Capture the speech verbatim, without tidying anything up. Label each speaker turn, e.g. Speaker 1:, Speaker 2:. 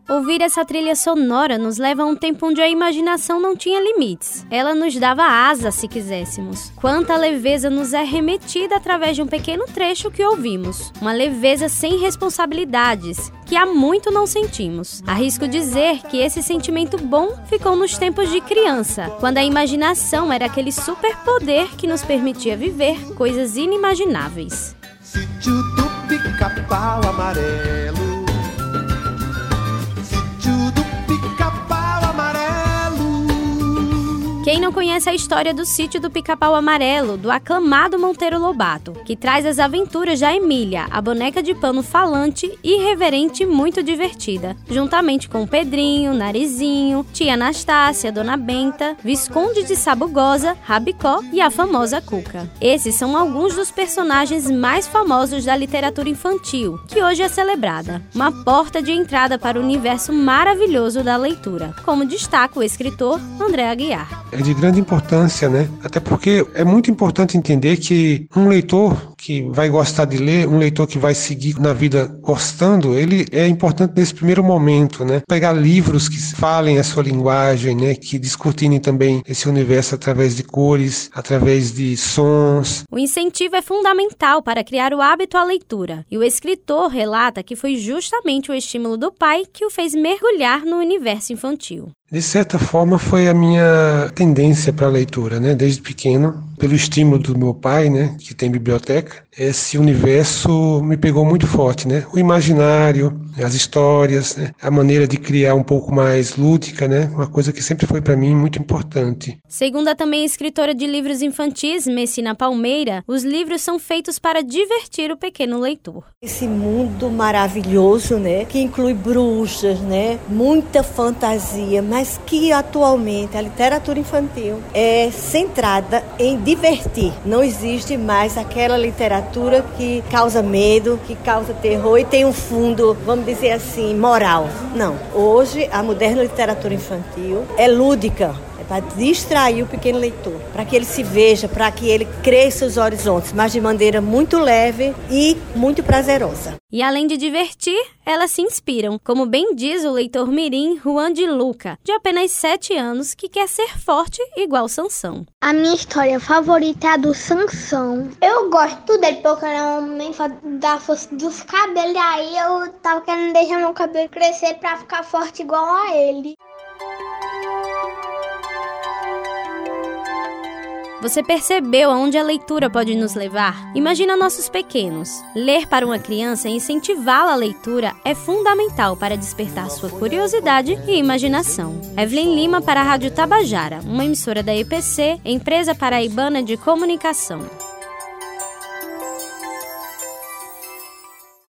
Speaker 1: Ouvir essa trilha sonora nos leva a um tempo onde a imaginação não tinha limites. Ela nos dava asas se quiséssemos. Quanta leveza nos é remetida através de um pequeno trecho que ouvimos. Uma leveza sem responsabilidades, que há muito não sentimos. Arrisco dizer que esse sentimento bom ficou nos tempos de criança, quando a imaginação era aquele superpoder que nos permitia viver coisas inimagináveis.
Speaker 2: Sítio do Pica-Pau Amarelo. Sítio do Pica-Pau Amarelo.
Speaker 1: Quem não conhece a história do Sítio do Pica-Pau Amarelo, do aclamado Monteiro Lobato, que traz as aventuras da Emília, a boneca de pano falante, irreverente e muito divertida, juntamente com Pedrinho, Narizinho, Tia Anastácia, Dona Benta, Visconde de Sabugosa, Rabicó e a famosa Cuca. Esses são alguns dos personagens mais famosos da literatura infantil, que hoje é celebrada, uma porta de entrada para o universo maravilhoso da leitura, como destaca o escritor André Aguiar.
Speaker 3: É de grande importância, né? Até porque é muito importante entender que um leitor que vai gostar de ler, um leitor que vai seguir na vida gostando, ele é importante nesse primeiro momento, né? Pegar livros que falem a sua linguagem, né? Que descortinem também esse universo através de cores, através de sons.
Speaker 1: O incentivo é fundamental para criar o hábito à leitura, e o escritor relata que foi justamente o estímulo do pai que o fez mergulhar no universo infantil.
Speaker 3: De certa forma, foi a minha tendência para a leitura, né? Desde pequeno, pelo estímulo do meu pai, né? Que tem biblioteca, esse universo me pegou muito forte, né? O imaginário, as histórias, né? A maneira de criar um pouco mais lúdica, né? Uma coisa que sempre foi para mim muito importante.
Speaker 1: Segundo a também escritora de livros infantis, Messina Palmeira, os livros são feitos para divertir o pequeno leitor.
Speaker 4: Esse mundo maravilhoso, né? Que inclui bruxas, né? Muita fantasia, mas que atualmente a literatura infantil é centrada em divertir. Não existe mais aquela literatura que causa medo, que causa terror e tem um fundo, vamos dizer assim, moral. Não. Hoje, a moderna literatura infantil é lúdica. Para distrair o pequeno leitor, para que ele se veja, para que ele cresça os horizontes, mas de maneira muito leve e muito prazerosa.
Speaker 1: E além de divertir, elas se inspiram, como bem diz o leitor mirim Juan de Luca, de apenas sete anos, que quer ser forte igual Sansão.
Speaker 5: A minha história favorita é a do Sansão. Eu gosto dele porque ele é um homem da força dos cabelos, e aí eu tava querendo deixar meu cabelo crescer para ficar forte igual a ele.
Speaker 1: Você percebeu aonde a leitura pode nos levar? Imagina nossos pequenos. Ler para uma criança e incentivá-la à leitura é fundamental para despertar sua curiosidade e imaginação. Evelyn Lima para a Rádio Tabajara, uma emissora da E P C, Empresa Paraibana de Comunicação.